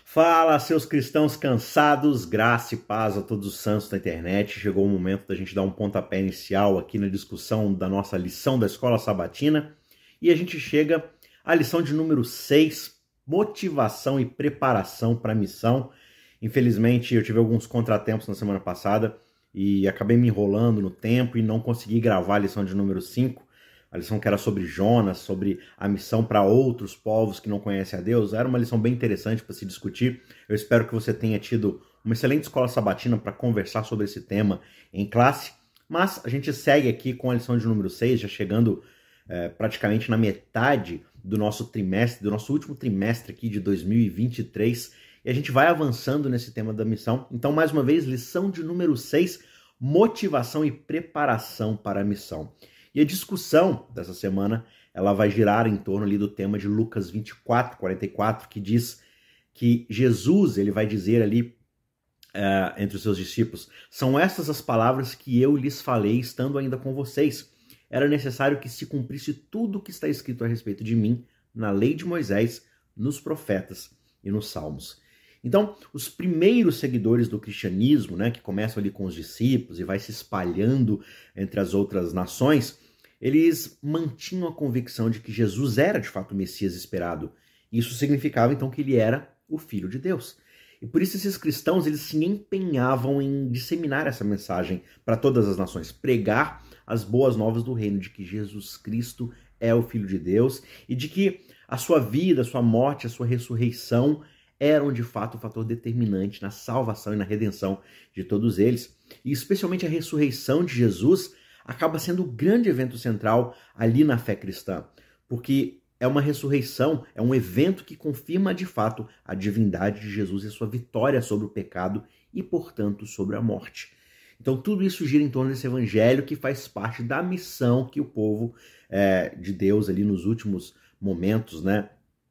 Fala, seus cristãos cansados, graça e paz a todos os santos da internet. Chegou o momento da gente dar um pontapé inicial aqui na discussão da nossa lição da Escola Sabatina. E a gente chega à lição de número 6, motivação e preparação para a missão. Infelizmente, eu tive alguns contratempos na semana passada e acabei me enrolando no tempo e não consegui gravar a lição de número 5. A lição que era sobre Jonas, sobre a missão para outros povos que não conhecem a Deus, era uma lição bem interessante para se discutir. Eu espero que você tenha tido uma excelente escola sabatina para conversar sobre esse tema em classe. Mas a gente segue aqui com a lição de número 6, já chegando praticamente na metade do nosso trimestre, do nosso último trimestre aqui de 2023. E a gente vai avançando nesse tema da missão. Então, mais uma vez, lição de número 6, motivação e preparação para a missão. E a discussão dessa semana, ela vai girar em torno ali do tema de Lucas 24, 44, que diz que Jesus, ele vai dizer ali entre os seus discípulos, são estas as palavras que eu lhes falei estando ainda com vocês. Era necessário que se cumprisse tudo o que está escrito a respeito de mim na lei de Moisés, nos profetas e nos salmos. Então, os primeiros seguidores do cristianismo, né, que começam ali com os discípulos e vai se espalhando entre as outras nações, eles mantinham a convicção de que Jesus era de fato o Messias esperado. Isso significava então que ele era o Filho de Deus. E por isso esses cristãos eles se empenhavam em disseminar essa mensagem para todas as nações, pregar as boas novas do reino, de que Jesus Cristo é o Filho de Deus e de que a sua vida, a sua morte, a sua ressurreição eram de fato o fator determinante na salvação e na redenção de todos eles. E especialmente a ressurreição de Jesus acaba sendo o grande evento central ali na fé cristã, porque é uma ressurreição, é um evento que confirma de fato a divindade de Jesus e a sua vitória sobre o pecado e, portanto, sobre a morte. Então tudo isso gira em torno desse evangelho que faz parte da missão que o povo de Deus ali nos últimos momentos, né,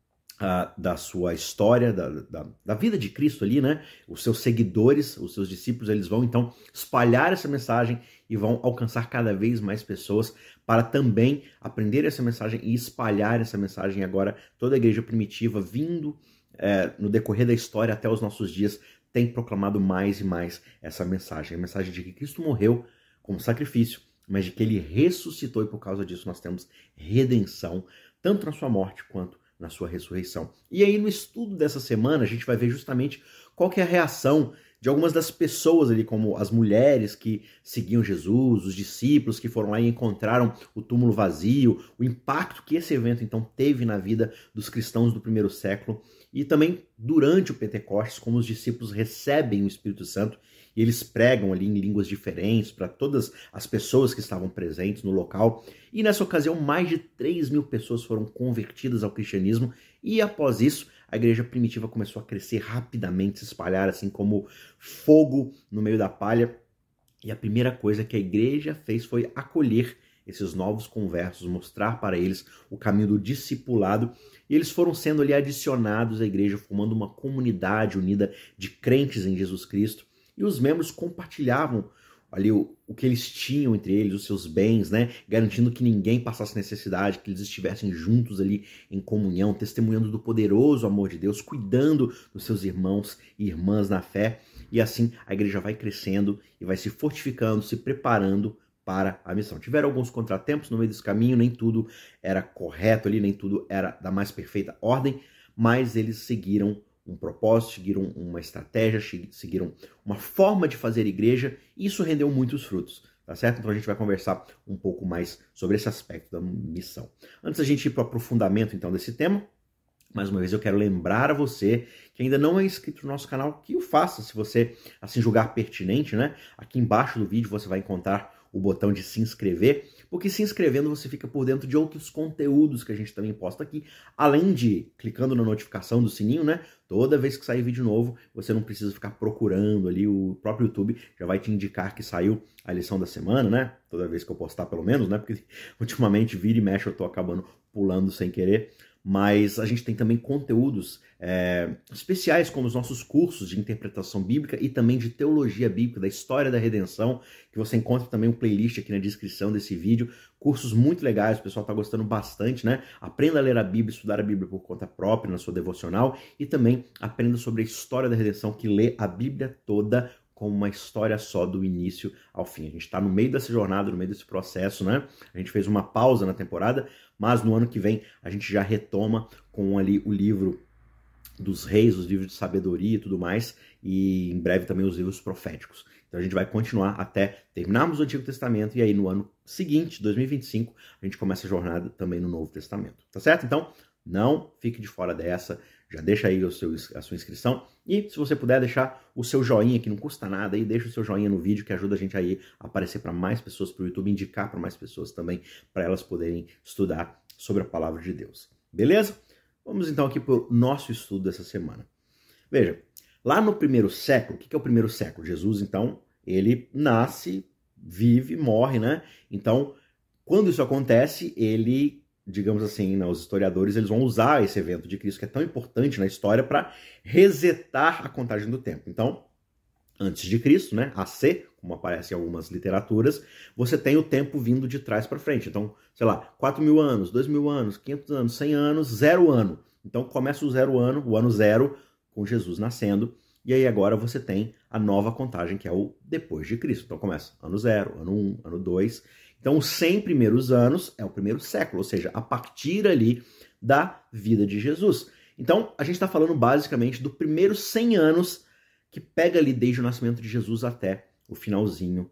da sua história, da vida de Cristo ali, né? Os seus seguidores, os seus discípulos, eles vão então espalhar essa mensagem e vão alcançar cada vez mais pessoas para também aprender essa mensagem e espalhar essa mensagem. Agora, toda a igreja primitiva, vindo no decorrer da história até os nossos dias, tem proclamado mais e mais essa mensagem. A mensagem de que Cristo morreu como sacrifício, mas de que ele ressuscitou e por causa disso nós temos redenção, tanto na sua morte quanto na sua ressurreição. E aí no estudo dessa semana a gente vai ver justamente qual que é a reação de algumas das pessoas ali, como as mulheres que seguiam Jesus, os discípulos que foram lá e encontraram o túmulo vazio, o impacto que esse evento então teve na vida dos cristãos do primeiro século e também durante o Pentecostes, como os discípulos recebem o Espírito Santo e eles pregam ali em línguas diferentes para todas as pessoas que estavam presentes no local. E nessa ocasião, mais de 3.000 pessoas foram convertidas ao cristianismo. E após isso, a igreja primitiva começou a crescer rapidamente, se espalhar assim como fogo no meio da palha. E a primeira coisa que a igreja fez foi acolher esses novos conversos, mostrar para eles o caminho do discipulado. E eles foram sendo ali adicionados à igreja, formando uma comunidade unida de crentes em Jesus Cristo. E os membros compartilhavam ali o que eles tinham entre eles, os seus bens, né? Garantindo que ninguém passasse necessidade, que eles estivessem juntos ali em comunhão, testemunhando do poderoso amor de Deus, cuidando dos seus irmãos e irmãs na fé. E assim a igreja vai crescendo e vai se fortificando, se preparando para a missão. Tiveram alguns contratempos no meio desse caminho, nem tudo era correto ali, nem tudo era da mais perfeita ordem, mas eles seguiram um propósito, seguiram uma estratégia, seguiram uma forma de fazer igreja, e isso rendeu muitos frutos, tá certo? Então a gente vai conversar um pouco mais sobre esse aspecto da missão. Antes da gente ir para o aprofundamento então desse tema, mais uma vez eu quero lembrar a você que ainda não é inscrito no nosso canal, que o faça, se você assim julgar pertinente, né? Aqui embaixo do vídeo você vai encontrar o botão de se inscrever, porque se inscrevendo você fica por dentro de outros conteúdos que a gente também posta aqui, além de clicando na notificação do sininho, né? Toda vez que sair vídeo novo, você não precisa ficar procurando ali, o próprio YouTube já vai te indicar que saiu a lição da semana, né? Toda vez que eu postar pelo menos, né? Porque ultimamente vira e mexe eu tô acabando pulando sem querer. mas a gente tem também conteúdos especiais, como os nossos cursos de interpretação bíblica e também de teologia bíblica, da história da redenção, que você encontra também um playlist aqui na descrição desse vídeo. Cursos muito legais, o pessoal está gostando bastante, né? Aprenda a ler a Bíblia, estudar a Bíblia por conta própria, na sua devocional, e também aprenda sobre a história da redenção, que lê a Bíblia toda como uma história só do início ao fim. A gente está no meio dessa jornada, no meio desse processo, né? A gente fez uma pausa na temporada, mas no ano que vem a gente já retoma com ali o livro dos reis, os livros de sabedoria e tudo mais, e em breve também os livros proféticos. Então a gente vai continuar até terminarmos o Antigo Testamento, e aí no ano seguinte, 2025, a gente começa a jornada também no Novo Testamento, tá certo? Então, não fique de fora dessa, já deixa aí a sua inscrição, e se você puder deixar o seu joinha, que não custa nada, aí deixa o seu joinha no vídeo, que ajuda a gente aí a aparecer para mais pessoas, para o YouTube indicar para mais pessoas também, para elas poderem estudar sobre a palavra de Deus. Beleza? Vamos então aqui para o nosso estudo dessa semana. Veja, lá no primeiro século, o que é o primeiro século? Jesus, então, ele nasce, vive, morre, né? Então, quando isso acontece, ele, digamos assim, os historiadores, eles vão usar esse evento de Cristo, que é tão importante na história, para resetar a contagem do tempo. Então, antes de Cristo, né, AC, como aparece em algumas literaturas, você tem o tempo vindo de trás para frente. Então, sei lá, 4.000 anos, 2.000 anos, 500 anos, 100 anos, 0 ano. Então começa o 0 ano, o ano 0, com Jesus nascendo, e aí agora você tem a nova contagem, que é o depois de Cristo. Então começa ano 0, ano 1, ano 2. Então os 100 primeiros anos é o primeiro século, ou seja, a partir ali da vida de Jesus. Então a gente está falando basicamente do primeiro 100 anos, que pega ali desde o nascimento de Jesus até o finalzinho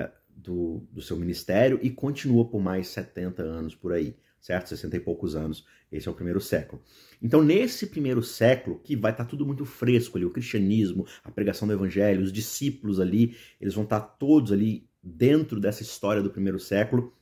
do seu ministério, e continua por mais 70 anos por aí, certo? 60 e poucos anos, esse é o primeiro século. Então, nesse primeiro século, que vai estar tudo muito fresco ali, o cristianismo, a pregação do evangelho, os discípulos ali, eles vão estar todos ali dentro dessa história do primeiro século.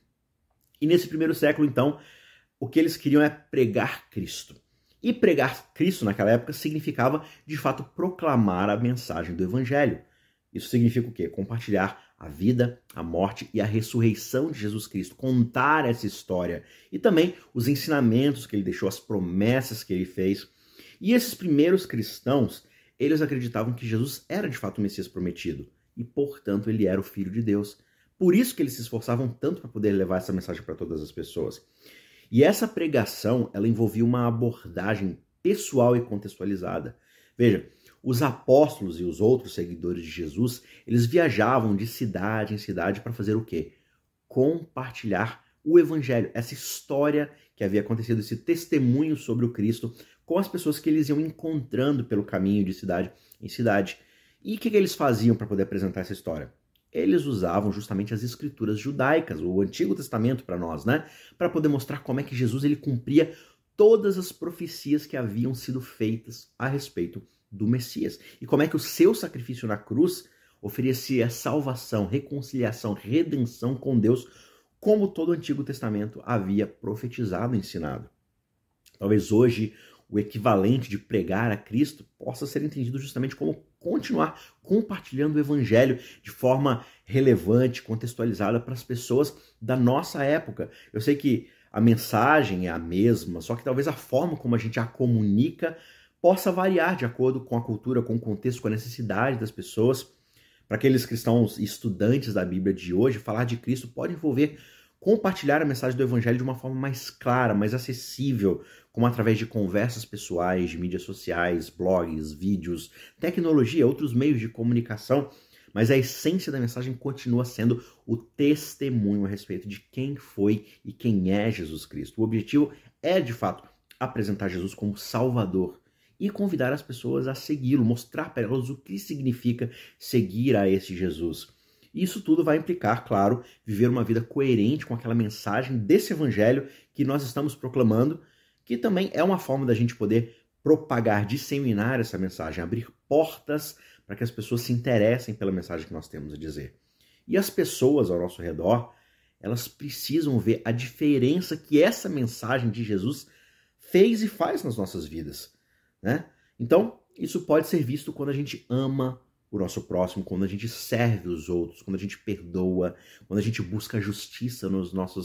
E nesse primeiro século, então, o que eles queriam é pregar Cristo. E pregar Cristo naquela época significava, de fato, proclamar a mensagem do evangelho. Isso significa o quê? Compartilhar a vida, a morte e a ressurreição de Jesus Cristo, contar essa história e também os ensinamentos que ele deixou, as promessas que ele fez. E esses primeiros cristãos, eles acreditavam que Jesus era de fato o Messias prometido e, portanto, ele era o Filho de Deus. Por isso que eles se esforçavam tanto para poder levar essa mensagem para todas as pessoas. E essa pregação, ela envolvia uma abordagem pessoal e contextualizada. Veja, os apóstolos e os outros seguidores de Jesus, eles viajavam de cidade em cidade para fazer o quê? Compartilhar o evangelho, essa história que havia acontecido, esse testemunho sobre o Cristo, com as pessoas que eles iam encontrando pelo caminho de cidade em cidade. E o que eles faziam para poder apresentar essa história? Eles usavam justamente as escrituras judaicas, o Antigo Testamento para nós, né? Para poder mostrar como é que Jesus ele cumpria todas as profecias que haviam sido feitas a respeito do Messias. E como é que o seu sacrifício na cruz oferecia salvação, reconciliação, redenção com Deus, como todo o Antigo Testamento havia profetizado e ensinado. Talvez hoje o equivalente de pregar a Cristo possa ser entendido justamente como continuar compartilhando o evangelho de forma relevante, contextualizada para as pessoas da nossa época. Eu sei que a mensagem é a mesma, só que talvez a forma como a gente a comunica possa variar de acordo com a cultura, com o contexto, com a necessidade das pessoas. Para aqueles cristãos estudantes da Bíblia de hoje, falar de Cristo pode envolver compartilhar a mensagem do evangelho de uma forma mais clara, mais acessível, como através de conversas pessoais, de mídias sociais, blogs, vídeos, tecnologia, outros meios de comunicação, mas a essência da mensagem continua sendo o testemunho a respeito de quem foi e quem é Jesus Cristo. O objetivo é, de fato, apresentar Jesus como Salvador e convidar as pessoas a segui-lo, mostrar para elas o que significa seguir a esse Jesus. Isso tudo vai implicar, claro, viver uma vida coerente com aquela mensagem desse evangelho que nós estamos proclamando, que também é uma forma da gente poder propagar, disseminar essa mensagem, abrir portas para que as pessoas se interessem pela mensagem que nós temos a dizer. E as pessoas ao nosso redor, elas precisam ver a diferença que essa mensagem de Jesus fez e faz nas nossas vidas, né? Então, isso pode ser visto quando a gente ama o nosso próximo, quando a gente serve os outros, quando a gente perdoa, quando a gente busca justiça nos nossos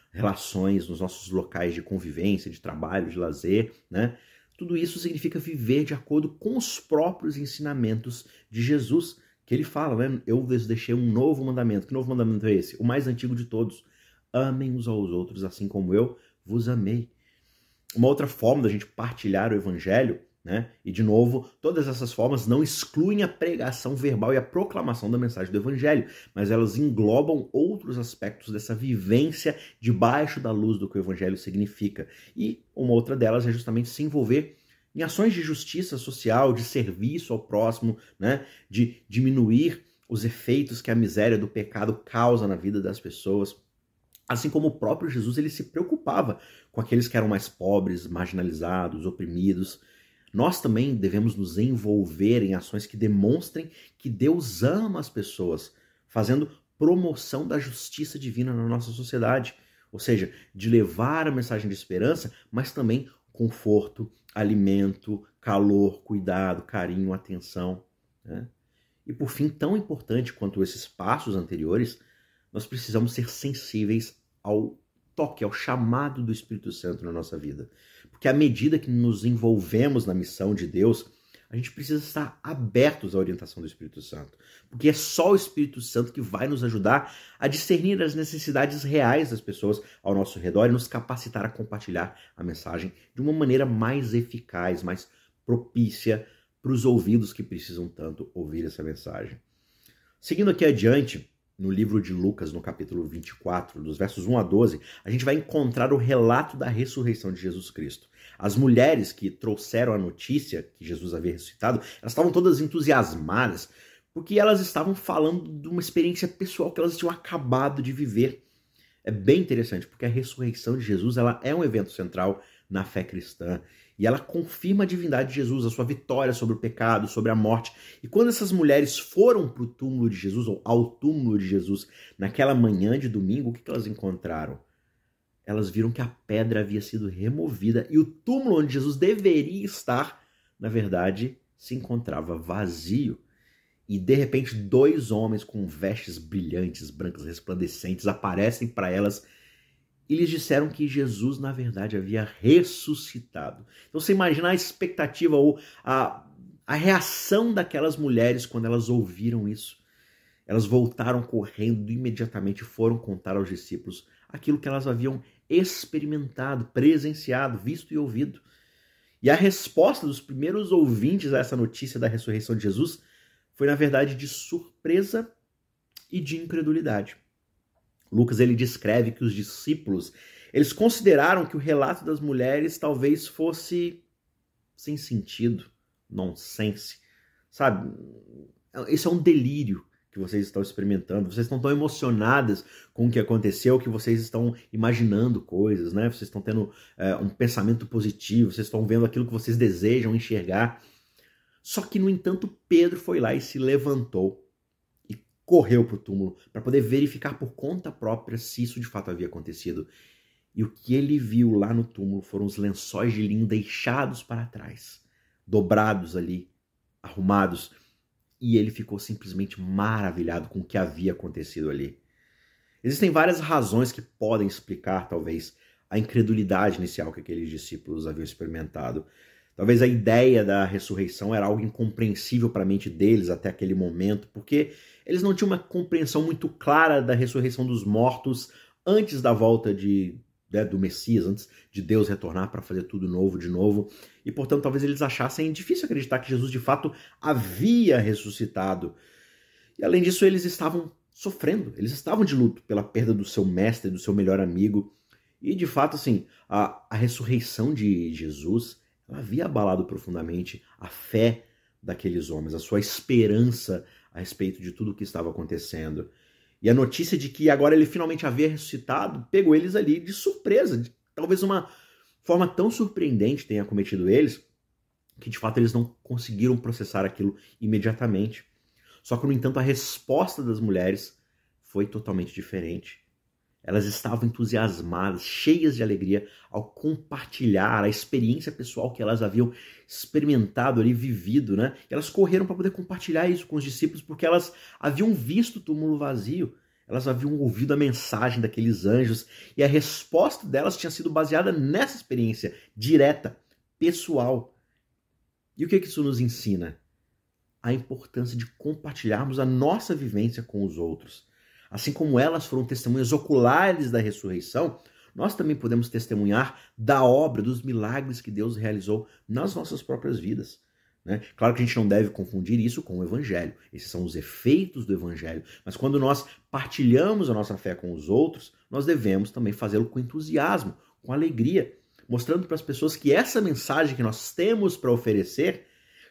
relações, nos nossos locais de convivência, de trabalho, de lazer, né? Tudo isso significa viver de acordo com os próprios ensinamentos de Jesus, que ele fala, né? Eu vos deixei um novo mandamento. Que novo mandamento é esse? O mais antigo de todos. Amem uns aos outros, assim como eu vos amei. Uma outra forma da gente partilhar o evangelho, né? E de novo, todas essas formas não excluem a pregação verbal e a proclamação da mensagem do evangelho, mas elas englobam outros aspectos dessa vivência debaixo da luz do que o evangelho significa. E uma outra delas é justamente se envolver em ações de justiça social, de serviço ao próximo, né? De diminuir os efeitos que a miséria do pecado causa na vida das pessoas. Assim como o próprio Jesus, ele se preocupava com aqueles que eram mais pobres, marginalizados, oprimidos. Nós também devemos nos envolver em ações que demonstrem que Deus ama as pessoas, fazendo promoção da justiça divina na nossa sociedade. Ou seja, de levar a mensagem de esperança, mas também conforto, alimento, calor, cuidado, carinho, atenção, né? E por fim, tão importante quanto esses passos anteriores, nós precisamos ser sensíveis ao toque, ao chamado do Espírito Santo na nossa vida. Porque à medida que nos envolvemos na missão de Deus, a gente precisa estar abertos à orientação do Espírito Santo. Porque é só o Espírito Santo que vai nos ajudar a discernir as necessidades reais das pessoas ao nosso redor e nos capacitar a compartilhar a mensagem de uma maneira mais eficaz, mais propícia para os ouvidos que precisam tanto ouvir essa mensagem. Seguindo aqui adiante, no livro de Lucas, no capítulo 24, dos versos 1 a 12, a gente vai encontrar o relato da ressurreição de Jesus Cristo. As mulheres que trouxeram a notícia que Jesus havia ressuscitado, elas estavam todas entusiasmadas, porque elas estavam falando de uma experiência pessoal que elas tinham acabado de viver. É bem interessante, porque a ressurreição de Jesus ela é um evento central na fé cristã. E ela confirma a divindade de Jesus, a sua vitória sobre o pecado, sobre a morte. E quando essas mulheres foram para o túmulo de Jesus, ou ao túmulo de Jesus, naquela manhã de domingo, o que elas encontraram? Elas viram que a pedra havia sido removida e o túmulo onde Jesus deveria estar, na verdade, se encontrava vazio. E de repente, dois homens com vestes brilhantes, brancas, resplandecentes, aparecem para elas e lhes disseram que Jesus, na verdade, havia ressuscitado. Então você imagina a expectativa ou a reação daquelas mulheres quando elas ouviram isso. Elas voltaram correndo imediatamente e foram contar aos discípulos aquilo que elas haviam experimentado, presenciado, visto e ouvido. E a resposta dos primeiros ouvintes a essa notícia da ressurreição de Jesus foi, na verdade, de surpresa e de incredulidade. Lucas ele descreve que os discípulos eles consideraram que o relato das mulheres talvez fosse sem sentido, nonsense, sabe? Esse é um delírio que vocês estão experimentando, vocês estão tão emocionadas com o que aconteceu que vocês estão imaginando coisas, né? Vocês estão tendo um pensamento positivo, vocês estão vendo aquilo que vocês desejam enxergar. Só que, no entanto, Pedro foi lá e se levantou correu para o túmulo para poder verificar por conta própria se isso de fato havia acontecido. E o que ele viu lá no túmulo foram os lençóis de linho deixados para trás, dobrados ali, arrumados, e ele ficou simplesmente maravilhado com o que havia acontecido ali. Existem várias razões que podem explicar, talvez, a incredulidade inicial que aqueles discípulos haviam experimentado. Talvez a ideia da ressurreição era algo incompreensível para a mente deles até aquele momento, porque eles não tinham uma compreensão muito clara da ressurreição dos mortos antes da volta do Messias, antes de Deus retornar para fazer tudo novo de novo. E, portanto, talvez eles achassem difícil acreditar que Jesus, de fato, havia ressuscitado. E, além disso, eles estavam sofrendo, eles estavam de luto pela perda do seu mestre, do seu melhor amigo. E, de fato, assim, a ressurreição de Jesus ela havia abalado profundamente a fé daqueles homens, a sua esperança a respeito de tudo o que estava acontecendo. E a notícia de que agora ele finalmente havia ressuscitado pegou eles ali de surpresa. Talvez uma forma tão surpreendente tenha acometido eles que de fato eles não conseguiram processar aquilo imediatamente. Só que, no entanto, a resposta das mulheres foi totalmente diferente. Elas estavam entusiasmadas, cheias de alegria ao compartilhar a experiência pessoal que elas haviam experimentado ali, vivido, né? E elas correram para poder compartilhar isso com os discípulos porque elas haviam visto o túmulo vazio. Elas haviam ouvido a mensagem daqueles anjos e a resposta delas tinha sido baseada nessa experiência direta, pessoal. E o que isso nos ensina? A importância de compartilharmos a nossa vivência com os outros. Assim como elas foram testemunhas oculares da ressurreição, nós também podemos testemunhar da obra, dos milagres que Deus realizou nas nossas próprias vidas. Né? Claro que a gente não deve confundir isso com o Evangelho. Esses são os efeitos do Evangelho. Mas quando nós partilhamos a nossa fé com os outros, nós devemos também fazê-lo com entusiasmo, com alegria, mostrando para as pessoas que essa mensagem que nós temos para oferecer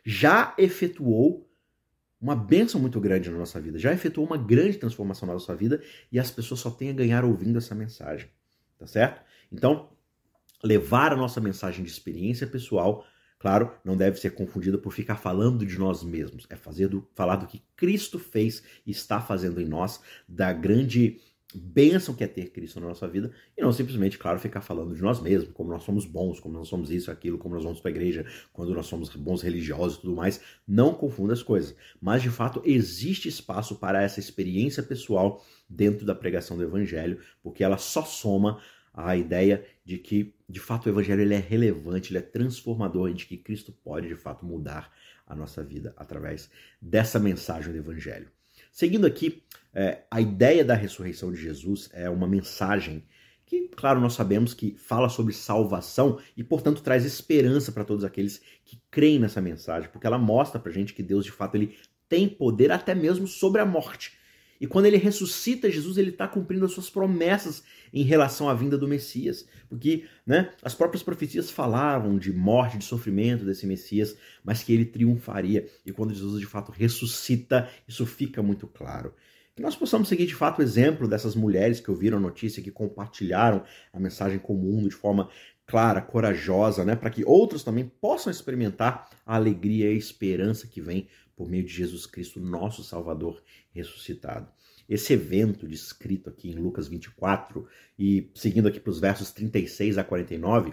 já efetuou uma bênção muito grande na nossa vida, já efetuou uma grande transformação na nossa vida e as pessoas só têm a ganhar ouvindo essa mensagem, tá certo? Então, levar a nossa mensagem de experiência pessoal, claro, não deve ser confundida por ficar falando de nós mesmos, é falar do que Cristo fez e está fazendo em nós, da grande bênção que é ter Cristo na nossa vida, e não simplesmente, claro, ficar falando de nós mesmos, como nós somos bons, como nós somos isso, aquilo, como nós vamos para a igreja, quando nós somos bons religiosos e tudo mais. Não confunda as coisas. Mas, de fato, existe espaço para essa experiência pessoal dentro da pregação do Evangelho, porque ela só soma a ideia de que, de fato, o Evangelho ele é relevante, ele é transformador, de que Cristo pode, de fato, mudar a nossa vida através dessa mensagem do Evangelho. Seguindo aqui, a ideia da ressurreição de Jesus é uma mensagem que, claro, nós sabemos que fala sobre salvação e, portanto, traz esperança para todos aqueles que creem nessa mensagem, porque ela mostra para a gente que Deus, de fato, ele tem poder até mesmo sobre a morte. E quando ele ressuscita Jesus, ele está cumprindo as suas promessas em relação à vinda do Messias. Porque as próprias profecias falavam de morte, de sofrimento desse Messias, mas que ele triunfaria. E quando Jesus de fato ressuscita, isso fica muito claro. Que nós possamos seguir de fato o exemplo dessas mulheres que ouviram a notícia, que compartilharam a mensagem com o mundo de forma clara, corajosa, para que outros também possam experimentar a alegria e a esperança que vem por meio de Jesus Cristo, nosso Salvador ressuscitado. Esse evento descrito aqui em Lucas 24, e seguindo aqui para os versos 36 a 49,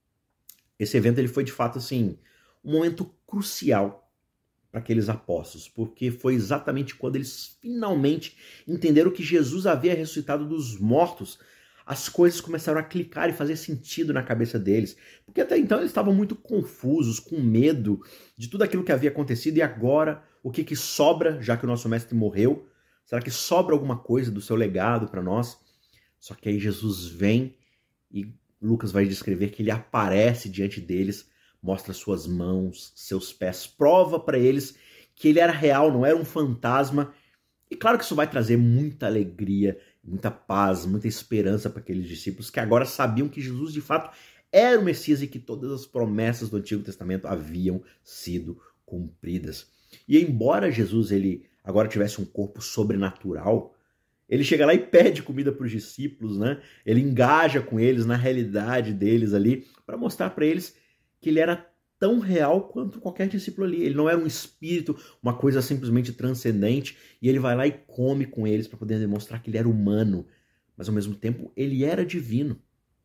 esse evento ele foi de fato assim, um momento crucial para aqueles apóstolos, porque foi exatamente quando eles finalmente entenderam que Jesus havia ressuscitado dos mortos, as coisas começaram a clicar e fazer sentido na cabeça deles. Porque até então eles estavam muito confusos, com medo de tudo aquilo que havia acontecido. E agora, o que sobra, já que o nosso mestre morreu? Será que sobra alguma coisa do seu legado para nós? Só que aí Jesus vem e Lucas vai descrever que ele aparece diante deles, mostra suas mãos, seus pés, prova para eles que ele era real, não era um fantasma. E claro que isso vai trazer muita alegria, muita paz, muita esperança para aqueles discípulos que agora sabiam que Jesus de fato era o Messias e que todas as promessas do Antigo Testamento haviam sido cumpridas. E embora Jesus ele agora tivesse um corpo sobrenatural, ele chega lá e pede comida para os discípulos, Ele engaja com eles na realidade deles ali, para mostrar para eles que ele era tão real quanto qualquer discípulo ali. Ele não era um espírito, uma coisa simplesmente transcendente, e ele vai lá e come com eles para poder demonstrar que ele era humano, mas ao mesmo tempo ele era divino.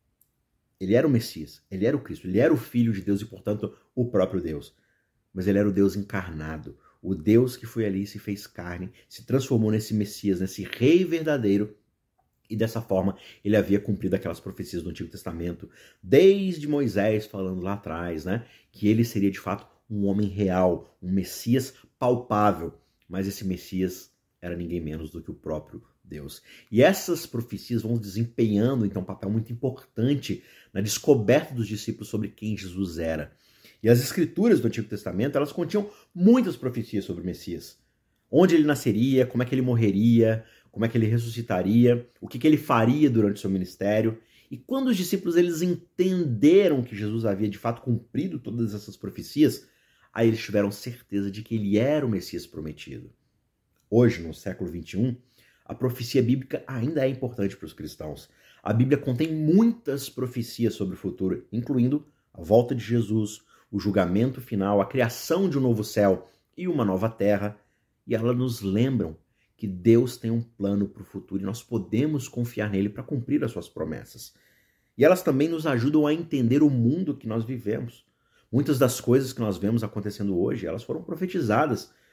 Ele era o Messias, ele era o Cristo, ele era o Filho de Deus e, portanto, o próprio Deus. Mas ele era o Deus encarnado, o Deus que foi ali e se fez carne, se transformou nesse Messias, nesse Rei verdadeiro, e dessa forma ele havia cumprido aquelas profecias do Antigo Testamento, desde Moisés falando lá atrás, que ele seria de fato um homem real, um Messias palpável, mas esse Messias era ninguém menos do que o próprio Deus. E essas profecias vão desempenhando então um papel muito importante na descoberta dos discípulos sobre quem Jesus era. E as escrituras do Antigo Testamento, elas continham muitas profecias sobre o Messias. Onde ele nasceria, como é que ele morreria, como é que ele ressuscitaria, o que ele faria durante seu ministério. E quando os discípulos eles entenderam que Jesus havia de fato cumprido todas essas profecias, aí eles tiveram certeza de que ele era o Messias prometido. Hoje, no século XXI, a profecia bíblica ainda é importante para os cristãos. A Bíblia contém muitas profecias sobre o futuro, incluindo a volta de Jesus, o julgamento final, a criação de um novo céu e uma nova terra. E elas nos lembram que Deus tem um plano para o futuro e nós podemos confiar nele para cumprir as suas promessas. E elas também nos ajudam a entender o mundo que nós vivemos. Muitas das coisas que nós vemos acontecendo hoje, elas foram profetizadas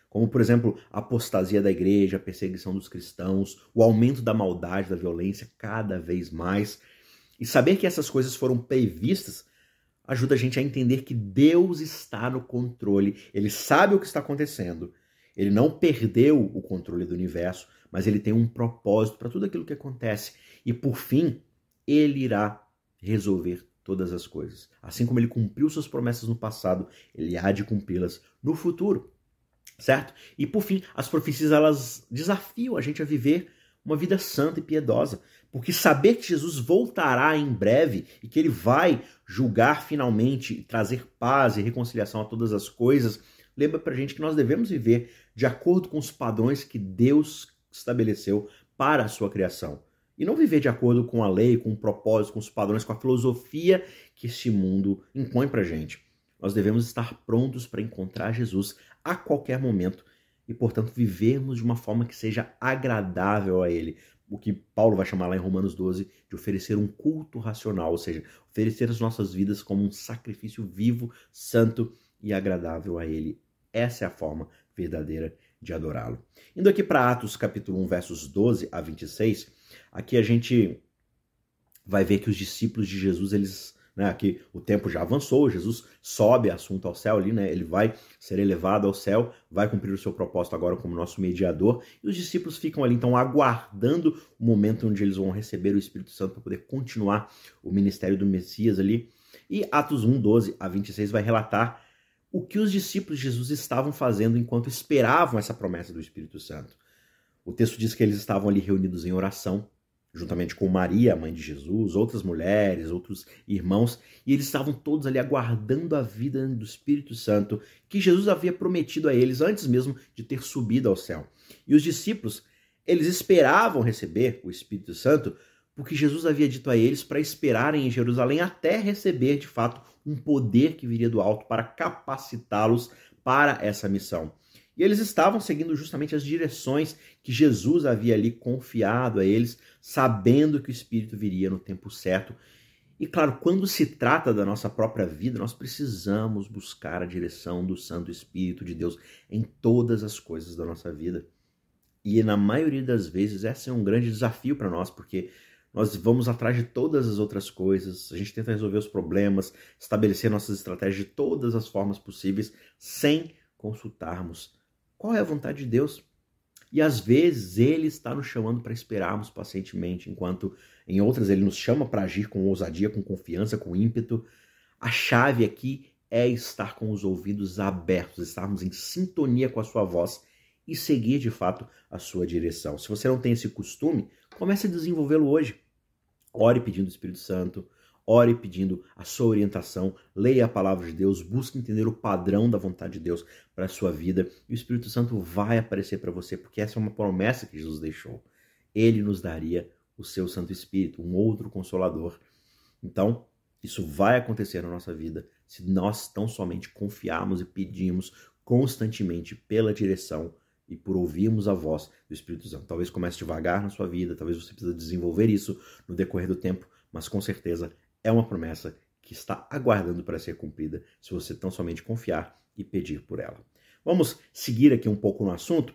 como, por exemplo, a apostasia da igreja, a perseguição dos cristãos, o aumento da maldade, da violência cada vez mais. E saber que essas coisas foram previstas ajuda a gente a entender que Deus está no controle, ele sabe o que está acontecendo, ele não perdeu o controle do universo, mas ele tem um propósito para tudo aquilo que acontece. E por fim, ele irá resolver todas as coisas. Assim como ele cumpriu suas promessas no passado, ele há de cumpri-las no futuro, certo? E por fim, as profecias elas desafiam a gente a viver uma vida santa e piedosa, porque saber que Jesus voltará em breve e que ele vai julgar finalmente e trazer paz e reconciliação a todas as coisas, lembra pra gente que nós devemos viver de acordo com os padrões que Deus estabeleceu para a sua criação. E não viver de acordo com a lei, com o propósito, com os padrões, com a filosofia que este mundo impõe pra gente. Nós devemos estar prontos para encontrar Jesus a qualquer momento e, portanto, vivermos de uma forma que seja agradável a Ele. O que Paulo vai chamar lá em Romanos 12 de oferecer um culto racional, ou seja, oferecer as nossas vidas como um sacrifício vivo, santo e agradável a Ele. Essa é a forma verdadeira de adorá-lo. Indo aqui para Atos capítulo 1, versos 12 a 26, aqui a gente vai ver que os discípulos de Jesus, eles... Aqui o tempo já avançou, Jesus sobe assunto ao céu ali, ele vai ser elevado ao céu, vai cumprir o seu propósito agora como nosso mediador, e os discípulos ficam ali então aguardando o momento onde eles vão receber o Espírito Santo para poder continuar o ministério do Messias ali. E Atos 1, 12 a 26 vai relatar o que os discípulos de Jesus estavam fazendo enquanto esperavam essa promessa do Espírito Santo. O texto diz que eles estavam ali reunidos em oração, juntamente com Maria, a mãe de Jesus, outras mulheres, outros irmãos, e eles estavam todos ali aguardando a vida do Espírito Santo que Jesus havia prometido a eles antes mesmo de ter subido ao céu. E os discípulos, eles esperavam receber o Espírito Santo porque Jesus havia dito a eles para esperarem em Jerusalém até receber, de fato, um poder que viria do alto para capacitá-los para essa missão. E eles estavam seguindo justamente as direções que Jesus havia ali confiado a eles, sabendo que o Espírito viria no tempo certo. E claro, quando se trata da nossa própria vida, nós precisamos buscar a direção do Santo Espírito de Deus em todas as coisas da nossa vida. E na maioria das vezes esse é um grande desafio para nós, porque nós vamos atrás de todas as outras coisas, a gente tenta resolver os problemas, estabelecer nossas estratégias de todas as formas possíveis, sem consultarmos qual é a vontade de Deus. E às vezes Ele está nos chamando para esperarmos pacientemente, enquanto em outras Ele nos chama para agir com ousadia, com confiança, com ímpeto. A chave aqui é estar com os ouvidos abertos, estarmos em sintonia com a sua voz e seguir de fato a sua direção. Se você não tem esse costume, comece a desenvolvê-lo hoje. Ore pedindo o Espírito Santo, ore pedindo a sua orientação, leia a palavra de Deus, busque entender o padrão da vontade de Deus para a sua vida e o Espírito Santo vai aparecer para você, porque essa é uma promessa que Jesus deixou. Ele nos daria o seu Santo Espírito, um outro Consolador. Então, isso vai acontecer na nossa vida se nós tão somente confiarmos e pedirmos constantemente pela direção e por ouvirmos a voz do Espírito Santo. Talvez comece devagar na sua vida, talvez você precise desenvolver isso no decorrer do tempo, mas com certeza é uma promessa que está aguardando para ser cumprida se você tão somente confiar e pedir por ela. Vamos seguir aqui um pouco no assunto.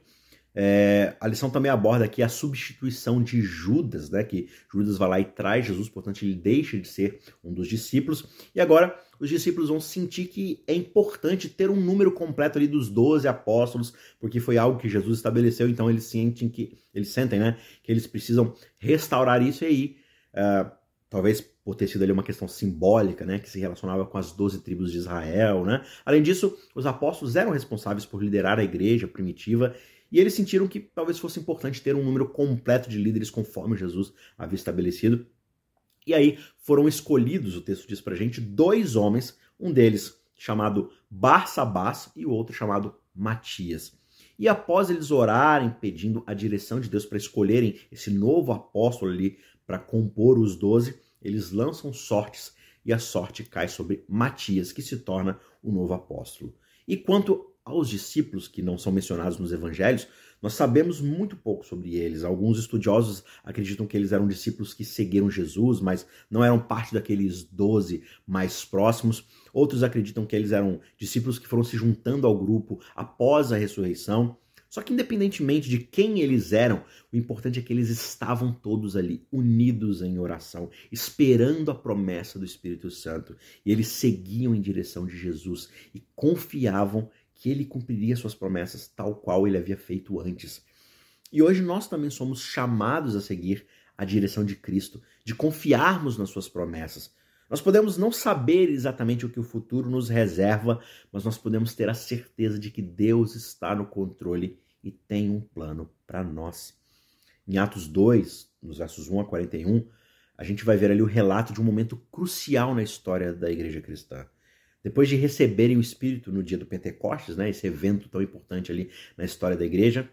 A lição também aborda aqui a substituição de Judas, que Judas vai lá e traz Jesus, portanto ele deixa de ser um dos discípulos, e agora os discípulos vão sentir que é importante ter um número completo ali dos 12 apóstolos, porque foi algo que Jesus estabeleceu, então eles sentem que eles precisam restaurar isso, e aí talvez por ter sido ali uma questão simbólica, que se relacionava com as 12 tribos de Israel, Além disso, os apóstolos eram responsáveis por liderar a igreja primitiva, e eles sentiram que talvez fosse importante ter um número completo de líderes conforme Jesus havia estabelecido. E aí foram escolhidos, o texto diz pra gente, 2 homens, um deles chamado Barsabás e o outro chamado Matias. E após eles orarem pedindo a direção de Deus para escolherem esse novo apóstolo ali para compor os 12, eles lançam sortes e a sorte cai sobre Matias, que se torna o novo apóstolo. E quanto aos discípulos que não são mencionados nos evangelhos, nós sabemos muito pouco sobre eles. Alguns estudiosos acreditam que eles eram discípulos que seguiram Jesus, mas não eram parte daqueles 12 mais próximos. Outros acreditam que eles eram discípulos que foram se juntando ao grupo após a ressurreição. Só que independentemente de quem eles eram, o importante é que eles estavam todos ali, unidos em oração, esperando a promessa do Espírito Santo. E eles seguiam em direção de Jesus e confiavam que ele cumpriria suas promessas tal qual ele havia feito antes. E hoje nós também somos chamados a seguir a direção de Cristo, de confiarmos nas suas promessas. Nós podemos não saber exatamente o que o futuro nos reserva, mas nós podemos ter a certeza de que Deus está no controle e tem um plano para nós. Em Atos 2, nos versos 1 a 41, a gente vai ver ali o relato de um momento crucial na história da igreja cristã. Depois de receberem o Espírito no dia do Pentecostes, né, esse evento tão importante ali na história da igreja,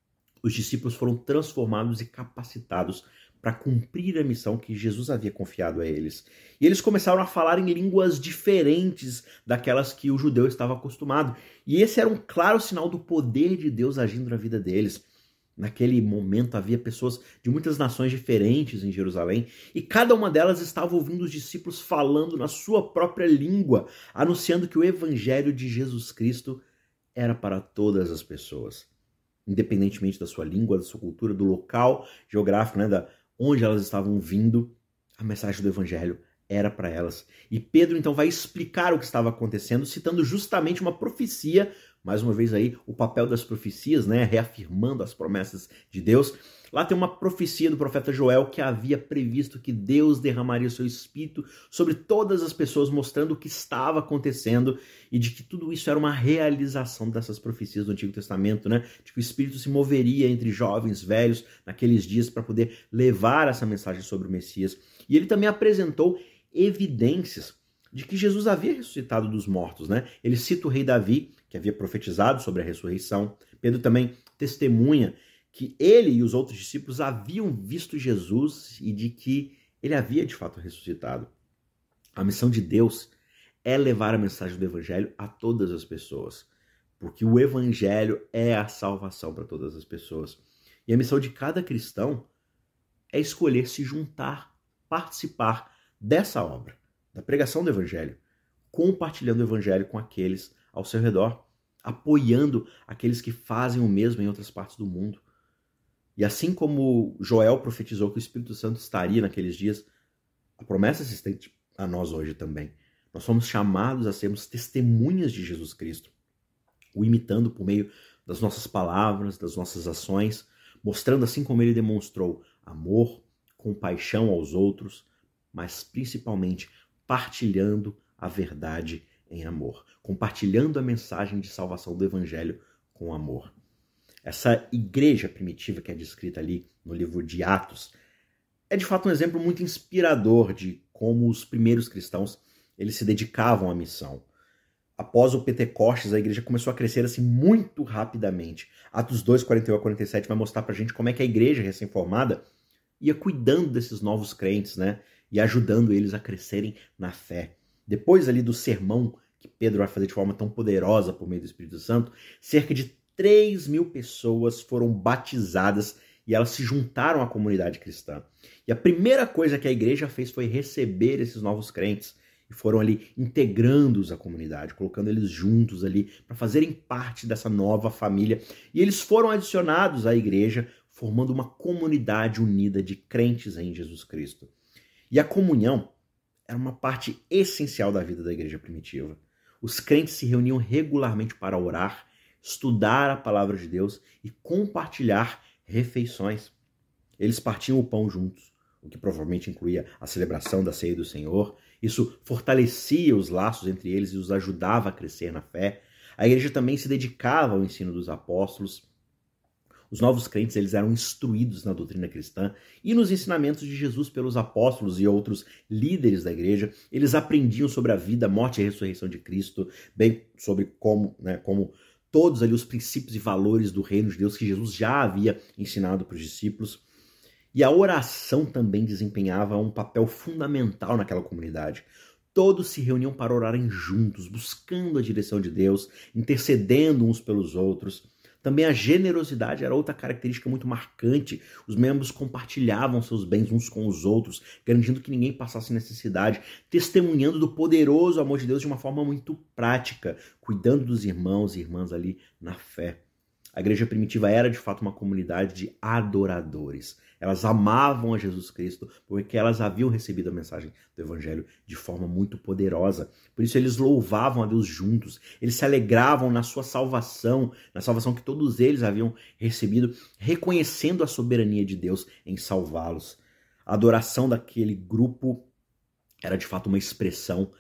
os discípulos foram transformados e capacitados para cumprir a missão que Jesus havia confiado a eles. E eles começaram a falar em línguas diferentes daquelas que o judeu estava acostumado. E esse era um claro sinal do poder de Deus agindo na vida deles. Naquele momento havia pessoas de muitas nações diferentes em Jerusalém e cada uma delas estava ouvindo os discípulos falando na sua própria língua, anunciando que o evangelho de Jesus Cristo era para todas as pessoas, independentemente da sua língua, da sua cultura, do local geográfico, né, da onde elas estavam vindo, a mensagem do evangelho era para elas. E Pedro então vai explicar o que estava acontecendo, citando justamente uma profecia, mais uma vez aí o papel das profecias, né, reafirmando as promessas de Deus. Lá tem uma profecia do profeta Joel que havia previsto que Deus derramaria o seu espírito sobre todas as pessoas, mostrando o que estava acontecendo e de que tudo isso era uma realização dessas profecias do Antigo Testamento, né? De que o espírito se moveria entre jovens, velhos, naqueles dias para poder levar essa mensagem sobre o Messias. E ele também apresentou evidências de que Jesus havia ressuscitado dos mortos, né? Ele cita o rei Davi, que havia profetizado sobre a ressurreição. Pedro também testemunha que ele e os outros discípulos haviam visto Jesus e de que ele havia de fato ressuscitado. A missão de Deus é levar a mensagem do evangelho a todas as pessoas, porque o evangelho é a salvação para todas as pessoas. E a missão de cada cristão é escolher se juntar, participar dessa obra, da pregação do evangelho, compartilhando o evangelho com aqueles ao seu redor, apoiando aqueles que fazem o mesmo em outras partes do mundo. E assim como Joel profetizou que o Espírito Santo estaria naqueles dias, a promessa se estende a nós hoje também. Nós somos chamados a sermos testemunhas de Jesus Cristo, o imitando por meio das nossas palavras, das nossas ações, mostrando assim como ele demonstrou amor, compaixão aos outros, mas principalmente partilhando a verdade em amor, compartilhando a mensagem de salvação do Evangelho com amor. Essa igreja primitiva que é descrita ali no livro de Atos é de fato um exemplo muito inspirador de como os primeiros cristãos eles se dedicavam à missão. Após o Pentecostes, a igreja começou a crescer assim muito rapidamente. Atos 2, 41 a 47 vai mostrar pra gente como é que a igreja recém-formada ia cuidando desses novos crentes, né? E ajudando eles a crescerem na fé. Depois ali do sermão que Pedro vai fazer de forma tão poderosa por meio do Espírito Santo, cerca de 3.000 pessoas foram batizadas e elas se juntaram à comunidade cristã. E a primeira coisa que a igreja fez foi receber esses novos crentes e foram ali integrando-os à comunidade, colocando eles juntos ali para fazerem parte dessa nova família. E eles foram adicionados à igreja, formando uma comunidade unida de crentes em Jesus Cristo. E a comunhão era uma parte essencial da vida da igreja primitiva. Os crentes se reuniam regularmente para orar, estudar a palavra de Deus e compartilhar refeições. Eles partiam o pão juntos, o que provavelmente incluía a celebração da ceia do Senhor. Isso fortalecia os laços entre eles e os ajudava a crescer na fé. A igreja também se dedicava ao ensino dos apóstolos. Os novos crentes eles eram instruídos na doutrina cristã e nos ensinamentos de Jesus pelos apóstolos e outros líderes da igreja. Eles aprendiam sobre a vida, morte e ressurreição de Cristo, bem sobre como todos ali os princípios e valores do reino de Deus que Jesus já havia ensinado para os discípulos. E a oração também desempenhava um papel fundamental naquela comunidade. Todos se reuniam para orarem juntos, buscando a direção de Deus, intercedendo uns pelos outros. Também a generosidade era outra característica muito marcante. Os membros compartilhavam seus bens uns com os outros, garantindo que ninguém passasse necessidade, testemunhando do poderoso amor de Deus de uma forma muito prática, cuidando dos irmãos e irmãs ali na fé. A igreja primitiva era de fato uma comunidade de adoradores. Elas amavam a Jesus Cristo porque elas haviam recebido a mensagem do Evangelho de forma muito poderosa. Por isso eles louvavam a Deus juntos, eles se alegravam na sua salvação, na salvação que todos eles haviam recebido, reconhecendo a soberania de Deus em salvá-los. A adoração daquele grupo era de fato uma expressão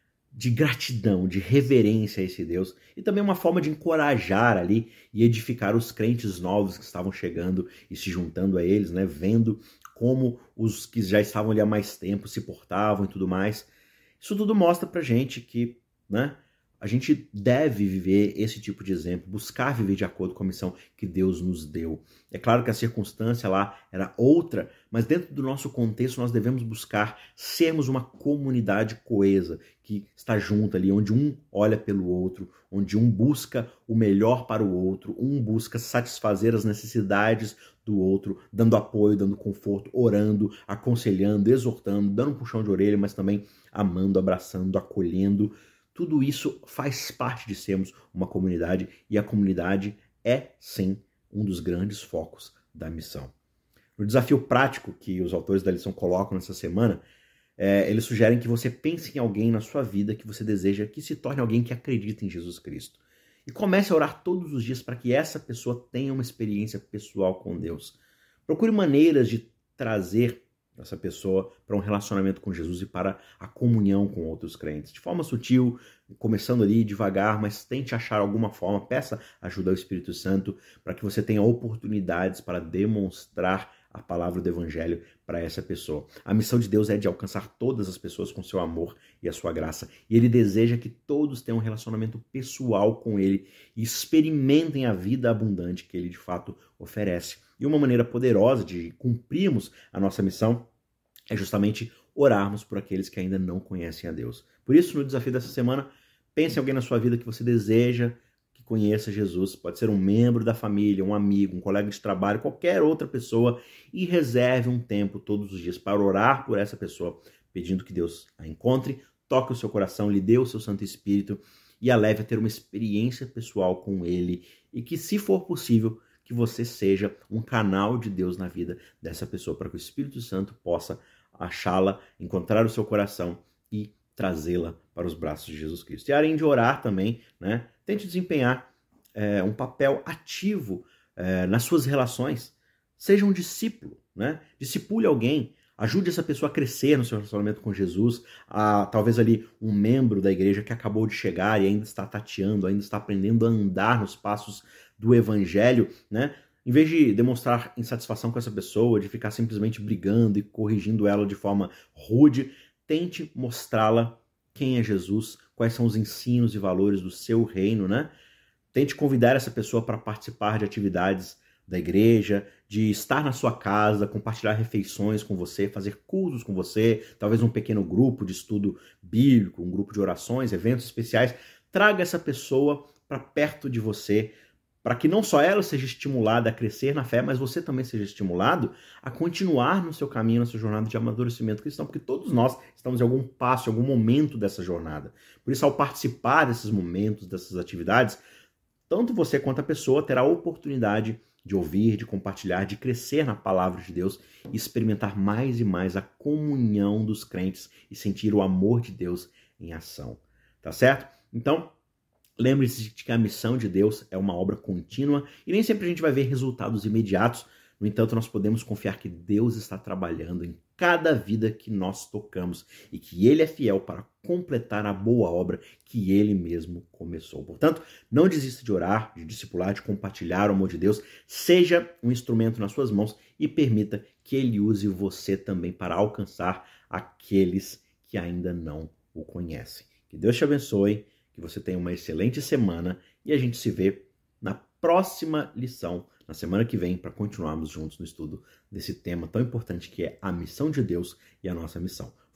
de gratidão, de reverência a esse Deus e também uma forma de encorajar ali e edificar os crentes novos que estavam chegando e se juntando a eles, né? Vendo como os que já estavam ali há mais tempo se portavam e tudo mais. Isso tudo mostra pra gente que, né, a gente deve viver esse tipo de exemplo, buscar viver de acordo com a missão que Deus nos deu. É claro que a circunstância lá era outra, mas dentro do nosso contexto nós devemos buscar sermos uma comunidade coesa, que está junto ali, onde um olha pelo outro, onde um busca o melhor para o outro, um busca satisfazer as necessidades do outro, dando apoio, dando conforto, orando, aconselhando, exortando, dando um puxão de orelha, mas também amando, abraçando, acolhendo. Tudo isso faz parte de sermos uma comunidade e a comunidade é, sim, um dos grandes focos da missão. No desafio prático que os autores da lição colocam nessa semana, eles sugerem que você pense em alguém na sua vida que você deseja que se torne alguém que acredita em Jesus Cristo. E comece a orar todos os dias para que essa pessoa tenha uma experiência pessoal com Deus. Procure maneiras de trazer essa pessoa para um relacionamento com Jesus e para a comunhão com outros crentes. De forma sutil, começando ali devagar, mas tente achar alguma forma, peça ajuda ao Espírito Santo para que você tenha oportunidades para demonstrar a palavra do Evangelho para essa pessoa. A missão de Deus é de alcançar todas as pessoas com seu amor e a sua graça. E Ele deseja que todos tenham um relacionamento pessoal com Ele e experimentem a vida abundante que Ele de fato oferece. E uma maneira poderosa de cumprirmos a nossa missão é justamente orarmos por aqueles que ainda não conhecem a Deus. Por isso, no desafio dessa semana, pense em alguém na sua vida que você deseja que conheça Jesus. Pode ser um membro da família, um amigo, um colega de trabalho, qualquer outra pessoa, e reserve um tempo todos os dias para orar por essa pessoa, pedindo que Deus a encontre, toque o seu coração, lhe dê o seu Santo Espírito e a leve a ter uma experiência pessoal com Ele e que, se for possível, que você seja um canal de Deus na vida dessa pessoa, para que o Espírito Santo possa achá-la, encontrar o seu coração e trazê-la para os braços de Jesus Cristo. E além de orar também, né, tente desempenhar um papel ativo nas suas relações. Seja um discípulo, né? Discipule alguém, ajude essa pessoa a crescer no seu relacionamento com Jesus, talvez ali um membro da igreja que acabou de chegar e ainda está tateando, ainda está aprendendo a andar nos passos do Evangelho, né? Em vez de demonstrar insatisfação com essa pessoa, de ficar simplesmente brigando e corrigindo ela de forma rude, tente mostrá-la quem é Jesus, quais são os ensinos e valores do seu reino, né? Tente convidar essa pessoa para participar de atividades da igreja, de estar na sua casa, compartilhar refeições com você, fazer cultos com você, talvez um pequeno grupo de estudo bíblico, um grupo de orações, eventos especiais. Traga essa pessoa para perto de você, para que não só ela seja estimulada a crescer na fé, mas você também seja estimulado a continuar no seu caminho, na sua jornada de amadurecimento cristão, porque todos nós estamos em algum passo, em algum momento dessa jornada. Por isso, ao participar desses momentos, dessas atividades, tanto você quanto a pessoa terá a oportunidade de ouvir, de compartilhar, de crescer na palavra de Deus e experimentar mais e mais a comunhão dos crentes e sentir o amor de Deus em ação. Tá certo? Então, lembre-se de que a missão de Deus é uma obra contínua e nem sempre a gente vai ver resultados imediatos. No entanto, nós podemos confiar que Deus está trabalhando em cada vida que nós tocamos e que Ele é fiel para completar a boa obra que Ele mesmo começou. Portanto, não desista de orar, de discipular, de compartilhar o amor de Deus. Seja um instrumento nas suas mãos e permita que Ele use você também para alcançar aqueles que ainda não o conhecem. Que Deus te abençoe, que você tenha uma excelente semana e a gente se vê na próxima lição, na semana que vem, para continuarmos juntos no estudo desse tema tão importante que é a missão de Deus e a nossa missão.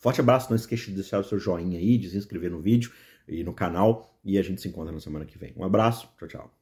Forte abraço, não esqueça de deixar o seu joinha aí, de se inscrever no vídeo e no canal, e a gente se encontra na semana que vem. Um abraço, tchau, tchau.